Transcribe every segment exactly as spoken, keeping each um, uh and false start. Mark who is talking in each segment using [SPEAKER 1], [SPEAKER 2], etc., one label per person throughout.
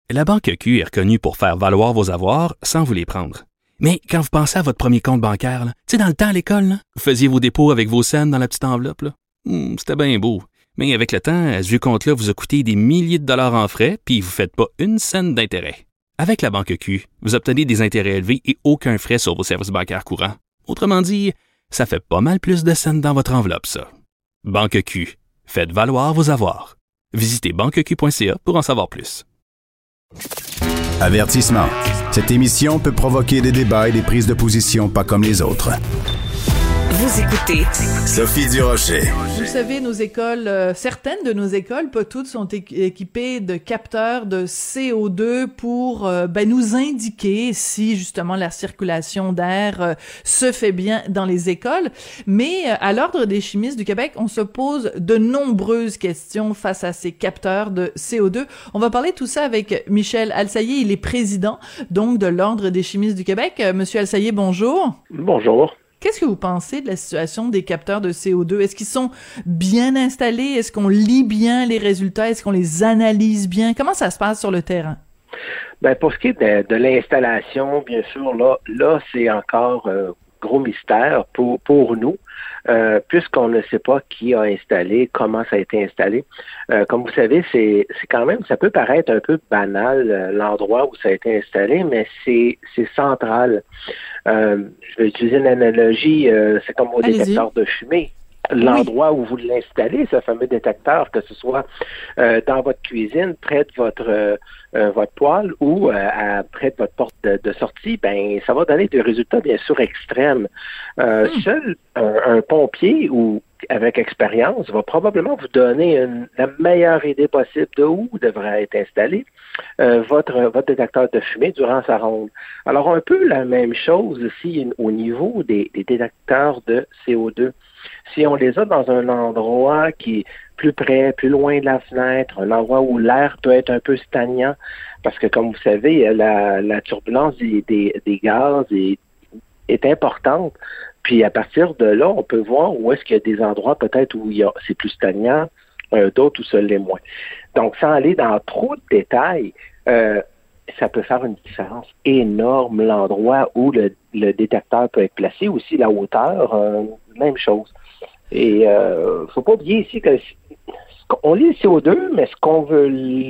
[SPEAKER 1] La Banque Q est reconnue pour faire valoir vos avoirs sans vous les prendre. Mais quand vous pensez à votre premier compte bancaire, tu sais, dans le temps à l'école, là, vous faisiez vos dépôts avec vos scènes dans la petite enveloppe. Là. Hum, c'était bien beau. Mais avec le temps, ce vieux compte-là vous a coûté des milliers de dollars en frais, puis vous ne faites pas une scène d'intérêt. Avec la Banque Q, vous obtenez des intérêts élevés et aucun frais sur vos services bancaires courants. Autrement dit, ça fait pas mal plus de scènes dans votre enveloppe, ça. Banque Q. Faites valoir vos avoirs. Visitez banque q point c a pour en savoir plus.
[SPEAKER 2] Avertissement. Cette émission peut provoquer des débats et des prises de position pas comme les autres.
[SPEAKER 3] Vous écoutez
[SPEAKER 2] Sophie Durocher.
[SPEAKER 4] Vous savez, nos écoles, euh, certaines de nos écoles, pas toutes, sont équipées de capteurs de C O deux pour euh, ben, nous indiquer si justement la circulation d'air euh, se fait bien dans les écoles. Mais euh, à l'Ordre des chimistes du Québec, on se pose de nombreuses questions face à ces capteurs de C O deux. On va parler de tout ça avec Michel Alsaillé. Il est président donc de l'Ordre des chimistes du Québec. Euh, Monsieur Alsaillé, bonjour.
[SPEAKER 5] Bonjour.
[SPEAKER 4] Qu'est-ce que vous pensez de la situation des capteurs de C O deux? Est-ce qu'ils sont bien installés? Est-ce qu'on lit bien les résultats? Est-ce qu'on les analyse bien? Comment ça se passe sur le terrain?
[SPEAKER 5] Ben, pour ce qui est de, de l'installation, bien sûr, là, là c'est encore euh, gros mystère pour, pour nous, euh, puisqu'on ne sait pas qui a installé, comment ça a été installé. Euh, comme vous savez, c'est, c'est quand même, ça peut paraître un peu banal, euh, l'endroit où ça a été installé, mais c'est, c'est central. Euh, je vais utiliser une analogie, euh, c'est comme au
[SPEAKER 4] Allez-y.
[SPEAKER 5] détecteur de fumée. L'endroit oui. où vous l'installez, ce fameux détecteur, que ce soit euh, dans votre cuisine, près de votre euh, euh, votre poêle ou euh, à, près de votre porte de, de sortie, ben ça va donner des résultats bien sûr extrêmes. Euh, mmh. Seul un, un pompier ou avec expérience va probablement vous donner une, la meilleure idée possible de où devrait être installé euh, votre votre détecteur de fumée durant sa ronde. Alors un peu la même chose ici au niveau des, des détecteurs de C O deux. Si on les a dans un endroit qui est plus près, plus loin de la fenêtre, un endroit où l'air peut être un peu stagnant, parce que comme vous savez, la, la turbulence des, des, des gaz est, est importante. Puis à partir de là, on peut voir où est-ce qu'il y a des endroits peut-être où il y a, c'est plus stagnant, euh, d'autres où ça l'est moins. Donc, sans aller dans trop de détails, euh, ça peut faire une différence énorme, l'endroit où le, le détecteur peut être placé, aussi la hauteur, euh, même chose. Et euh, faut pas oublier ici que on lit le C O deux, mais ce qu'on veut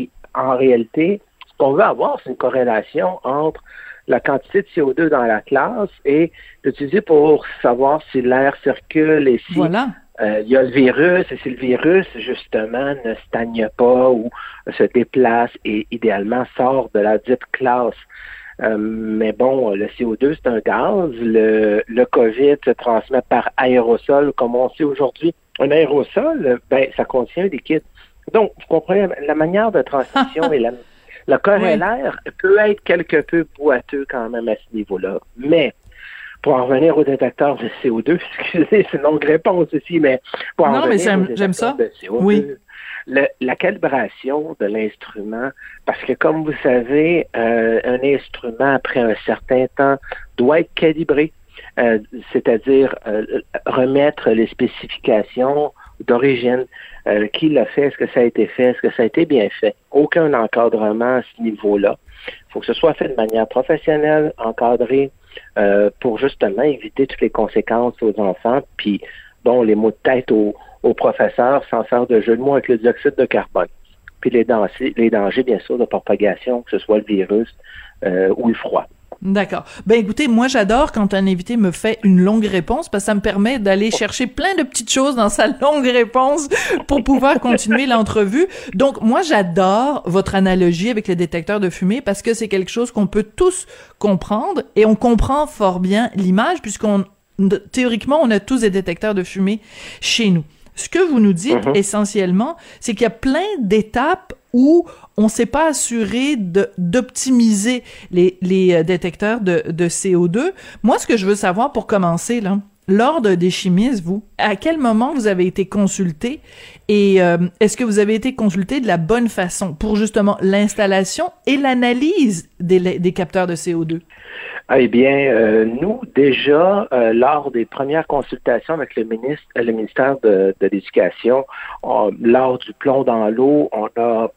[SPEAKER 5] en réalité, ce qu'on veut avoir, c'est une corrélation entre la quantité de C O deux dans la classe et l'utiliser pour savoir si l'air circule et si
[SPEAKER 4] voilà.
[SPEAKER 5] euh, il y a le virus, et si le virus, justement, ne stagne pas ou se déplace et idéalement sort de la dite classe. Euh, mais bon, le C O deux, c'est un gaz. Le, le COVID se transmet par aérosol, comme on sait aujourd'hui. Un aérosol, ben, ça contient un liquide. Donc, vous comprenez, la manière de transmission et la, le corollaire oui. peut être quelque peu boiteux quand même à ce niveau-là. Mais, pour en revenir au détecteur de C O deux, excusez, c'est une longue réponse ici, mais pour en
[SPEAKER 4] non,
[SPEAKER 5] revenir
[SPEAKER 4] mais j'aime,
[SPEAKER 5] au détecteur
[SPEAKER 4] j'aime ça.
[SPEAKER 5] de C O deux,
[SPEAKER 4] oui.
[SPEAKER 5] Le, la calibration de l'instrument, parce que comme vous savez, euh, un instrument, après un certain temps, doit être calibré, euh, c'est-à-dire euh, remettre les spécifications d'origine. Euh, qui l'a fait? Est-ce que ça a été fait? Est-ce que ça a été bien fait? Aucun encadrement à ce niveau-là. Il faut que ce soit fait de manière professionnelle, encadré, euh, pour justement éviter toutes les conséquences aux enfants, puis bon, les mots de tête aux aux professeurs sans faire de jeu de mots avec le dioxyde de carbone. Puis les dangers, les dangers, bien sûr, de propagation, que ce soit le virus euh, ou le froid.
[SPEAKER 4] D'accord. Ben écoutez, moi j'adore quand un invité me fait une longue réponse parce que ça me permet d'aller chercher plein de petites choses dans sa longue réponse pour pouvoir continuer l'entrevue. Donc moi j'adore votre analogie avec le détecteur de fumée parce que c'est quelque chose qu'on peut tous comprendre et on comprend fort bien l'image puisqu'on théoriquement on a tous des détecteurs de fumée chez nous. Ce que vous nous dites mm-hmm. essentiellement, c'est qu'il y a plein d'étapes où on s'est pas assuré de, d'optimiser les, les détecteurs de, de C O deux. Moi, ce que je veux savoir pour commencer, là, l'Ordre des chimistes, vous, à quel moment vous avez été consulté et euh, est-ce que vous avez été consulté de la bonne façon pour justement l'installation et l'analyse des, des capteurs de C O deux?
[SPEAKER 5] Eh bien, euh, nous, déjà, euh, lors des premières consultations avec le ministre, le ministère de, de l'Éducation, on, lors du plomb dans l'eau, on a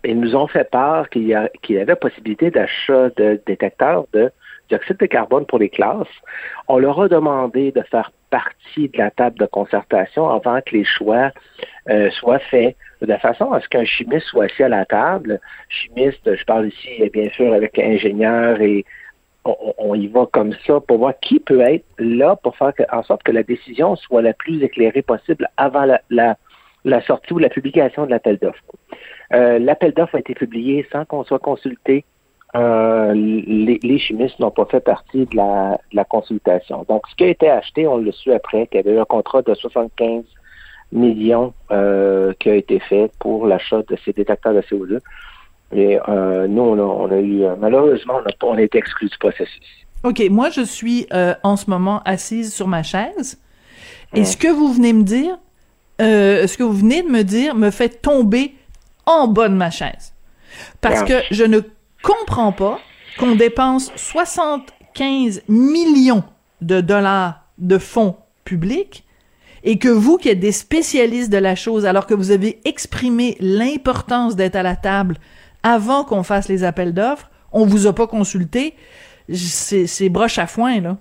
[SPEAKER 5] ils nous ont fait part qu'il y, a, qu'il y avait possibilité d'achat de détecteurs de dioxyde de carbone pour les classes. On leur a demandé de faire partie de la table de concertation avant que les choix euh, soient faits, de façon à ce qu'un chimiste soit assis à la table. Chimiste, je parle ici bien sûr avec ingénieur et on, on y va comme ça pour voir qui peut être là pour faire que, en sorte que la décision soit la plus éclairée possible avant la, la, la sortie ou la publication de l'appel d'offres. Euh, l'appel d'offres a été publié sans qu'on soit consulté. Euh, les, les chimistes n'ont pas fait partie de la, de la consultation. Donc, ce qui a été acheté, on le su après, qu'il y avait eu un contrat de soixante-quinze millions euh, qui a été fait pour l'achat de ces détecteurs de C O deux. Et euh, nous, on a, on a eu, malheureusement, on a, on a été exclus du processus.
[SPEAKER 4] OK, moi, je suis euh, en ce moment assise sur ma chaise. Et mmh. ce que vous venez me dire, euh, ce que vous venez de me dire me fait tomber en bas de ma chaise. Parce ouais. que je ne comprends pas qu'on dépense soixante-quinze millions de dollars de fonds publics et que vous, qui êtes des spécialistes de la chose, alors que vous avez exprimé l'importance d'être à la table avant qu'on fasse les appels d'offres, on vous a pas consulté, c'est, c'est broche à foin, là.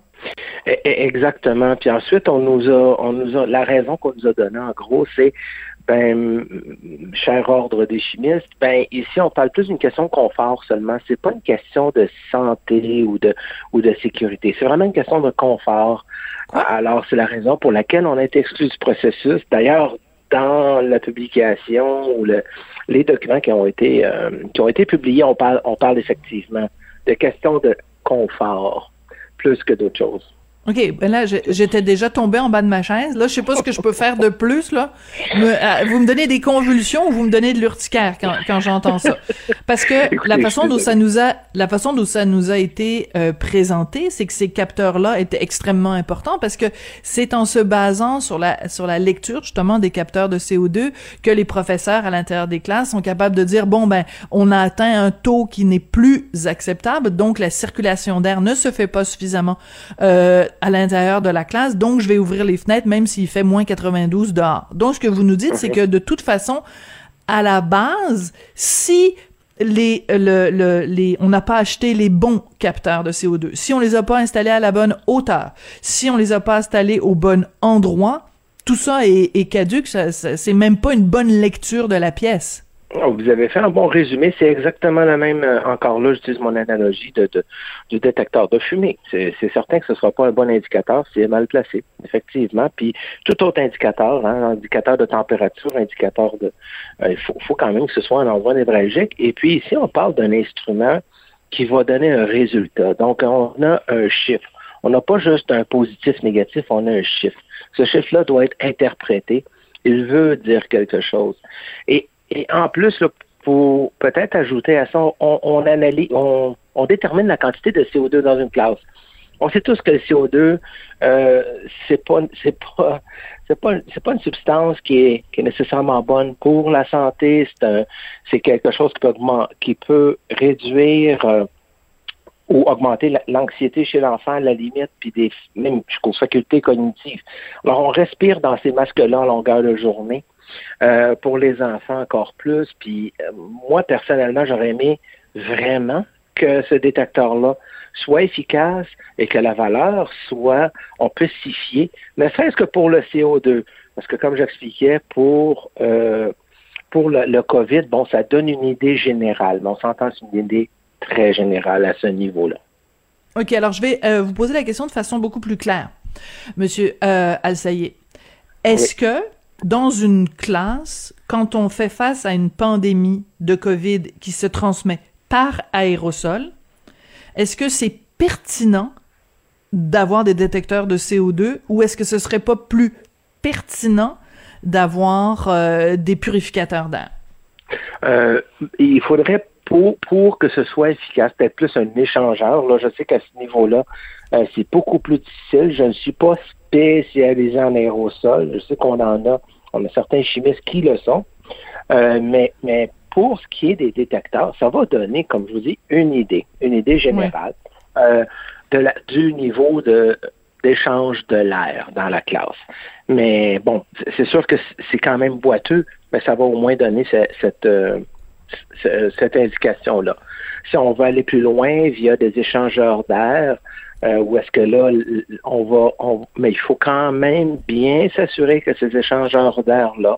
[SPEAKER 5] Exactement. Puis ensuite, on nous a, on nous a, la raison qu'on nous a donnée, en gros, c'est ben, cher ordre des chimistes, ben, ici, on parle plus d'une question de confort seulement. C'est pas une question de santé ou de, ou de sécurité. C'est vraiment une question de confort. Alors, c'est la raison pour laquelle on a été exclu du processus. D'ailleurs, dans la publication ou le, les documents qui ont été, euh, qui ont été publiés, on parle, on parle effectivement de questions de confort plus que d'autres choses.
[SPEAKER 4] OK, ben là, j'étais déjà tombée en bas de ma chaise. Là, je sais pas ce que je peux faire de plus, là. Me, euh, vous me donnez des convulsions ou vous me donnez de l'urticaire quand, quand j'entends ça. Parce que Écoutez, la façon dont ça nous a, la façon dont ça nous a été euh, présenté, c'est que ces capteurs-là étaient extrêmement importants parce que c'est en se basant sur la, sur la lecture, justement, des capteurs de C O deux que les professeurs à l'intérieur des classes sont capables de dire, bon, ben, on a atteint un taux qui n'est plus acceptable, donc la circulation d'air ne se fait pas suffisamment, euh, à l'intérieur de la classe, donc je vais ouvrir les fenêtres même s'il fait moins quatre-vingt-douze dehors. Donc, ce que vous nous dites, c'est que de toute façon, à la base, si les, le, le, les, on n'a pas acheté les bons capteurs de C O deux, si on les a pas installés à la bonne hauteur, si on les a pas installés au bon endroit, tout ça est, est caduque, ça, ça, c'est même pas une bonne lecture de la pièce.
[SPEAKER 5] Vous avez fait un bon résumé. C'est exactement la même, euh, encore là, j'utilise mon analogie de, de, du détecteur de fumée. C'est, c'est certain que ce ne sera pas un bon indicateur s'il est mal placé, effectivement. Puis tout autre indicateur, hein, indicateur de température, indicateur de... Euh, il faut, faut quand même que ce soit un endroit névralgique. Et puis ici, on parle d'un instrument qui va donner un résultat. Donc, on a un chiffre. On n'a pas juste un positif, négatif, on a un chiffre. Ce chiffre-là doit être interprété. Il veut dire quelque chose. Et Et en plus, là, pour peut-être ajouter à ça, on, on analyse, on, on détermine la quantité de C O deux dans une classe. On sait tous que le C O deux, euh, c'est pas, c'est pas, c'est pas, c'est pas une substance qui est, qui est nécessairement bonne pour la santé. C'est un, c'est quelque chose qui peut augmenter, qui peut réduire euh, ou augmenter l'anxiété chez l'enfant à la limite, puis des, même jusqu'aux facultés cognitives. Alors, on respire dans ces masques-là en longueur de journée. Euh, pour les enfants encore plus. Puis euh, moi, personnellement, j'aurais aimé vraiment que ce détecteur-là soit efficace et que la valeur soit, on peut s'y fier, ne serait-ce que pour le C O deux. Parce que comme j'expliquais, pour euh, pour le, le COVID, bon, ça donne une idée générale, mais on s'entend c'est une idée très générale à ce niveau-là.
[SPEAKER 4] OK, alors je vais euh, vous poser la question de façon beaucoup plus claire. Monsieur euh, Al-Sayed, est-ce oui. que dans une classe, quand on fait face à une pandémie de COVID qui se transmet par aérosol, est-ce que c'est pertinent d'avoir des détecteurs de C O deux ou est-ce que ce serait pas plus pertinent d'avoir euh, des purificateurs d'air?
[SPEAKER 5] Euh, il faudrait, pour, pour que ce soit efficace, peut-être plus un échangeur. Là, je sais qu'à ce niveau-là, euh, c'est beaucoup plus difficile. Je ne suis pas spécialisé en aérosol. Je sais qu'on en a, on a certains chimistes qui le sont. Euh, mais, mais pour ce qui est des détecteurs, ça va donner, comme je vous dis, une idée, une idée générale oui. euh, de la, du niveau de d'échange de l'air dans la classe. Mais bon, c'est sûr que c'est quand même boiteux, mais ça va au moins donner cette, cette, euh, c- cette indication-là. Si on va aller plus loin via des échangeurs d'air, euh, où est-ce que là, on va, on, mais il faut quand même bien s'assurer que ces échangeurs d'air-là,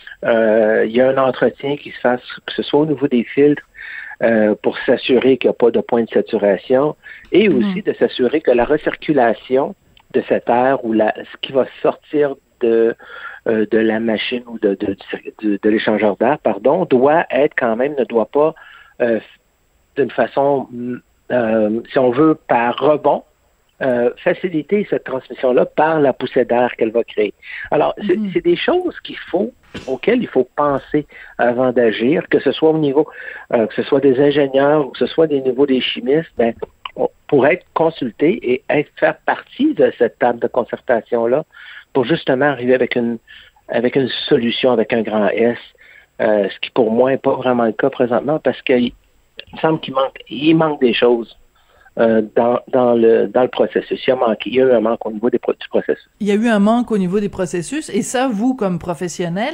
[SPEAKER 5] euh, il y a un entretien qui se fasse, que ce soit au niveau des filtres, euh, pour s'assurer qu'il n'y a pas de point de saturation, et aussi mmh. de s'assurer que la recirculation de cet air ou la, ce qui va sortir de euh, de la machine ou de de, de, de l'échangeur d'air, pardon, doit être quand même, ne doit pas euh, d'une façon, euh, si on veut, par rebond, euh, faciliter cette transmission-là par la poussée d'air qu'elle va créer. Alors, c'est, mm-hmm. c'est des choses qu'il faut, auxquelles il faut penser avant d'agir, que ce soit au niveau, euh, que ce soit des ingénieurs ou que ce soit des niveaux des chimistes, ben, pour être consulté et être, faire partie de cette table de concertation-là, pour justement arriver avec une avec une solution, avec un grand S, euh, ce qui pour moi n'est pas vraiment le cas présentement, parce qu'il il me semble qu'il manque, il manque des choses euh, dans, dans, le, dans le processus. Il y a manqué, il y a eu un manque au niveau des, du processus.
[SPEAKER 4] Il y a eu un manque au niveau des processus, et ça, vous, comme professionnel,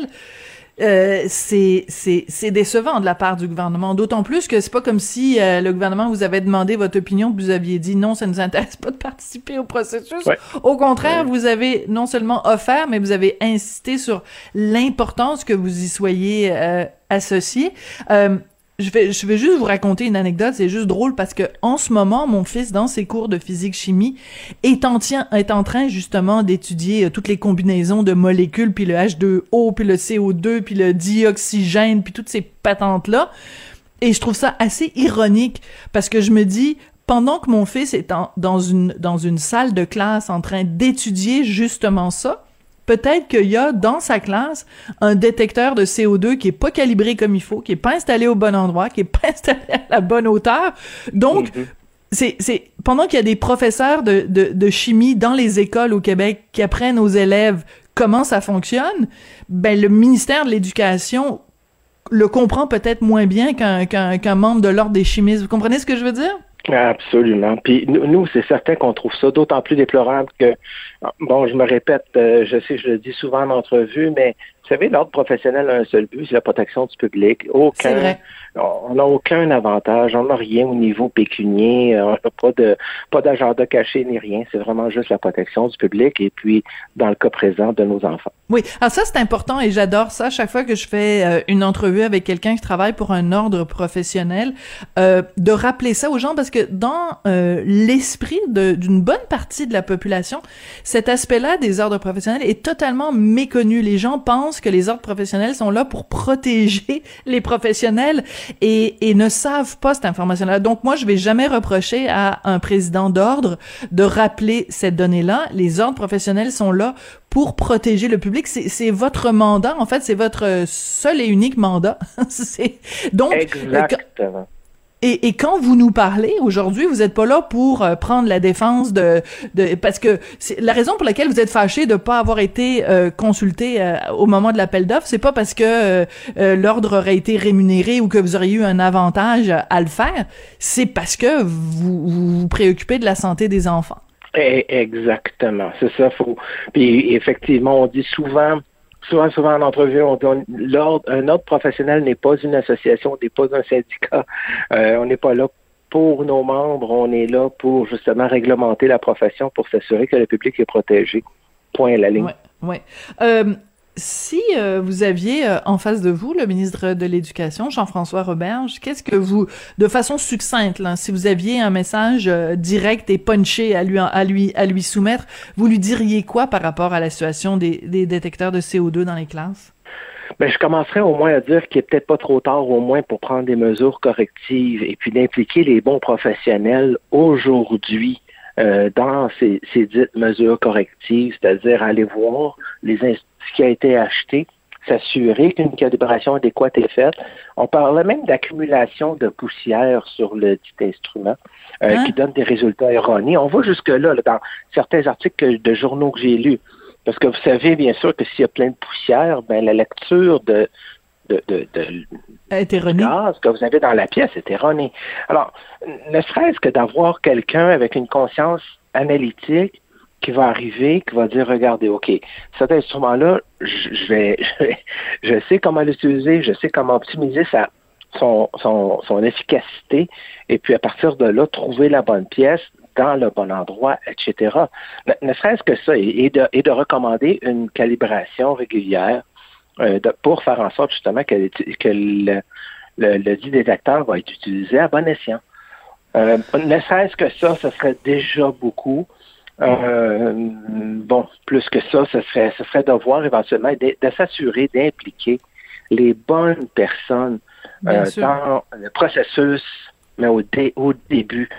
[SPEAKER 4] euh, c'est, c'est, c'est décevant de la part du gouvernement. D'autant plus que c'est pas comme si euh, le gouvernement vous avait demandé votre opinion, que vous aviez dit non, ça nous intéresse pas de participer au processus. Ouais. Au contraire, ouais. vous avez non seulement offert, mais vous avez insisté sur l'importance que vous y soyez euh, associés. Euh, Je vais, je vais juste vous raconter une anecdote, c'est juste drôle parce que en ce moment, mon fils, dans ses cours de physique-chimie, est en, tien, est en train justement d'étudier euh, toutes les combinaisons de molécules, puis le H deux O, puis le C O deux, puis le dioxygène, puis toutes ces patentes-là. Et je trouve ça assez ironique parce que je me dis, pendant que mon fils est en, dans une, dans une salle de classe en train d'étudier justement ça, peut-être qu'il y a dans sa classe un détecteur de C O deux qui est pas calibré comme il faut, qui est pas installé au bon endroit, qui est pas installé à la bonne hauteur. Donc, mm-hmm. c'est, c'est pendant qu'il y a des professeurs de, de, de chimie dans les écoles au Québec qui apprennent aux élèves comment ça fonctionne, ben le ministère de l'Éducation le comprend peut-être moins bien qu'un, qu'un, qu'un membre de l'Ordre des chimistes. Vous comprenez ce que je veux dire?
[SPEAKER 5] Absolument. Puis nous, c'est certain qu'on trouve ça d'autant plus déplorable que, bon, je me répète, euh, je sais, je le dis souvent en entrevue, mais vous savez, l'ordre professionnel a un seul but, c'est la protection du public. Aucun,
[SPEAKER 4] c'est vrai.
[SPEAKER 5] On n'a aucun avantage, on n'a rien au niveau pécunier, on n'a pas de pas d'agenda caché ni rien, c'est vraiment juste la protection du public et puis, dans le cas présent, de nos enfants.
[SPEAKER 4] Oui, alors ça, c'est important et j'adore ça. Chaque fois que je fais euh, une entrevue avec quelqu'un qui travaille pour un ordre professionnel, euh, de rappeler ça aux gens parce que dans euh, l'esprit de, d'une bonne partie de la population, cet aspect-là des ordres professionnels est totalement méconnu. Les gens pensent que les ordres professionnels sont là pour protéger les professionnels et, et ne savent pas cette information-là. Donc moi, je vais jamais reprocher à un président d'ordre de rappeler cette donnée-là. Les ordres professionnels sont là pour protéger le public. C'est, c'est votre mandat, en fait, c'est votre seul et unique mandat. c'est donc
[SPEAKER 5] exactement.
[SPEAKER 4] Et, et quand vous nous parlez aujourd'hui, vous êtes pas là pour euh, prendre la défense de, de parce que c'est, la raison pour laquelle vous êtes fâché de pas avoir été euh, consulté euh, au moment de l'appel d'offres, c'est pas parce que euh, euh, l'ordre aurait été rémunéré ou que vous auriez eu un avantage à le faire, c'est parce que vous vous, vous préoccupez de la santé des enfants.
[SPEAKER 5] Exactement, c'est ça. Faut. Puis effectivement, on dit souvent. Souvent, souvent en entrevue, on dit on, l'ordre, un ordre professionnel n'est pas une association, n'est pas un syndicat. Euh, on n'est pas là pour nos membres, on est là pour justement réglementer la profession, pour s'assurer que le public est protégé. Point à la ligne.
[SPEAKER 4] Ouais, ouais. Euh, si euh, vous aviez euh, en face de vous le ministre de l'Éducation, Jean-François Roberge, qu'est-ce que vous, de façon succincte, là, si vous aviez un message euh, direct et punché à lui, à lui, à lui soumettre, vous lui diriez quoi par rapport à la situation des, des détecteurs de C O deux dans les classes?
[SPEAKER 5] Ben, je commencerai au moins à dire qu'il est peut-être pas trop tard au moins pour prendre des mesures correctives et puis d'impliquer les bons professionnels aujourd'hui euh, dans ces, ces dites mesures correctives, c'est-à-dire aller voir les institutions ce qui a été acheté, s'assurer qu'une calibration adéquate est faite. On parlait même d'accumulation de poussière sur le dit instrument euh, hein? qui donne des résultats erronés. On va jusque-là là, dans certains articles de journaux que j'ai lus. Parce que vous savez bien sûr que s'il y a plein de poussière, ben la lecture de, de, de, de, de gaz que vous avez dans la pièce est erronée. Alors, ne serait-ce que d'avoir quelqu'un avec une conscience analytique qui va arriver, qui va dire, regardez, OK, cet instrument-là, je vais, je sais comment l'utiliser, je sais comment optimiser sa, son, son, son efficacité, et puis à partir de là, trouver la bonne pièce dans le bon endroit, et cetera. Ne, ne serait-ce que ça, et, et, de, et de recommander une calibration régulière euh, de, pour faire en sorte justement que, que le, le, le dit détecteur va être utilisé à bon escient. Euh, ne serait-ce que ça, ce serait déjà beaucoup. Euh, bon, plus que ça, ce serait, ce serait de voir éventuellement de, de s'assurer d'impliquer les bonnes personnes euh, dans le processus, mais au, dé, au début.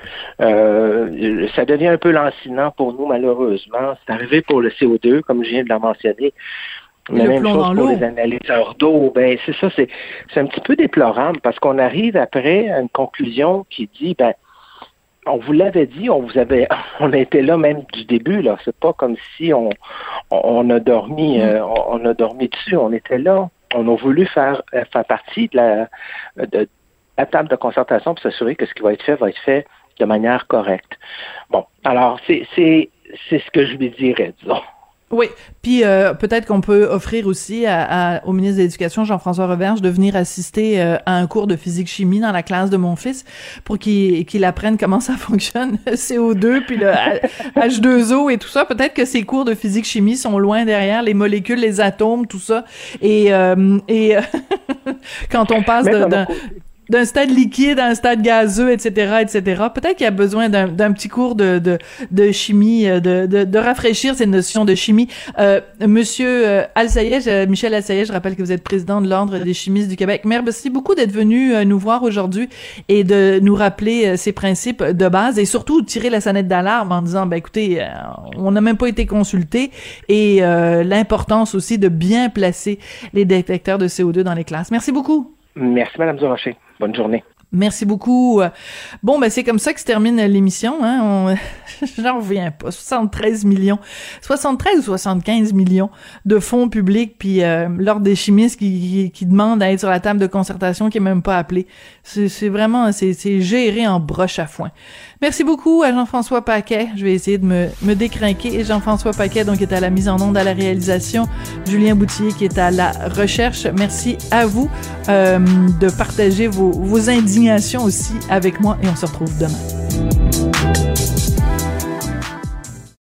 [SPEAKER 5] Euh, ça devient un peu lancinant pour nous, malheureusement. C'est arrivé pour le C O deux, comme je viens de le mentionner. La même chose pour les analyseurs d'eau. Ben, c'est ça, c'est, c'est un petit peu déplorable parce qu'on arrive après à une conclusion qui dit, ben, on vous l'avait dit, on vous avait, on était là même du début, là. C'est pas comme si on, on a dormi, euh, on a dormi dessus. On était là. On a voulu faire, faire partie de la, de, la table de concertation pour s'assurer que ce qui va être fait va être fait de manière correcte. Bon, alors c'est c'est c'est ce que je lui dirais, disons.
[SPEAKER 4] Oui, puis euh, peut-être qu'on peut offrir aussi à, à, au ministre de l'Éducation, Jean-François Roberge, de venir assister euh, à un cours de physique-chimie dans la classe de mon fils pour qu'il qu'il apprenne comment ça fonctionne, le C O deux, puis le H deux O et tout ça. Peut-être que ces cours de physique-chimie sont loin derrière, les molécules, les atomes, tout ça. Et, euh, et quand on passe de... d'un d'un stade liquide à un stade gazeux, et cetera, et cetera. Peut-être qu'il y a besoin d'un, d'un petit cours de, de, de chimie, de, de, de rafraîchir ces notions de chimie. Euh, Monsieur euh, Alsaïeh, euh, Michel Alsaïeh, je rappelle que vous êtes président de l'Ordre des chimistes du Québec. Merci beaucoup d'être venu euh, nous voir aujourd'hui et de nous rappeler euh, ces principes de base et surtout tirer la sonnette d'alarme en disant, ben écoutez, euh, on n'a même pas été consulté et euh, l'importance aussi de bien placer les détecteurs de C O deux dans les classes. Merci beaucoup.
[SPEAKER 5] Merci, Madame Durocher. Bonne journée.
[SPEAKER 4] Merci beaucoup. Bon, ben c'est comme ça que se termine l'émission. Hein. On... J'en reviens pas. soixante-treize millions. soixante-treize ou soixante-quinze millions de fonds publics, puis euh, l'Ordre des chimistes qui, qui, qui demande à être sur la table de concertation qui est même pas appelé. C'est, c'est vraiment, c'est, c'est géré en broche à foin. Merci beaucoup à Jean-François Paquet. Je vais essayer de me, me décrinquer. Et Jean-François Paquet, donc, est à la mise en onde, à la réalisation. Julien Boutier, qui est à la recherche. Merci à vous euh, de partager vos, vos indignations aussi avec moi et on se retrouve demain.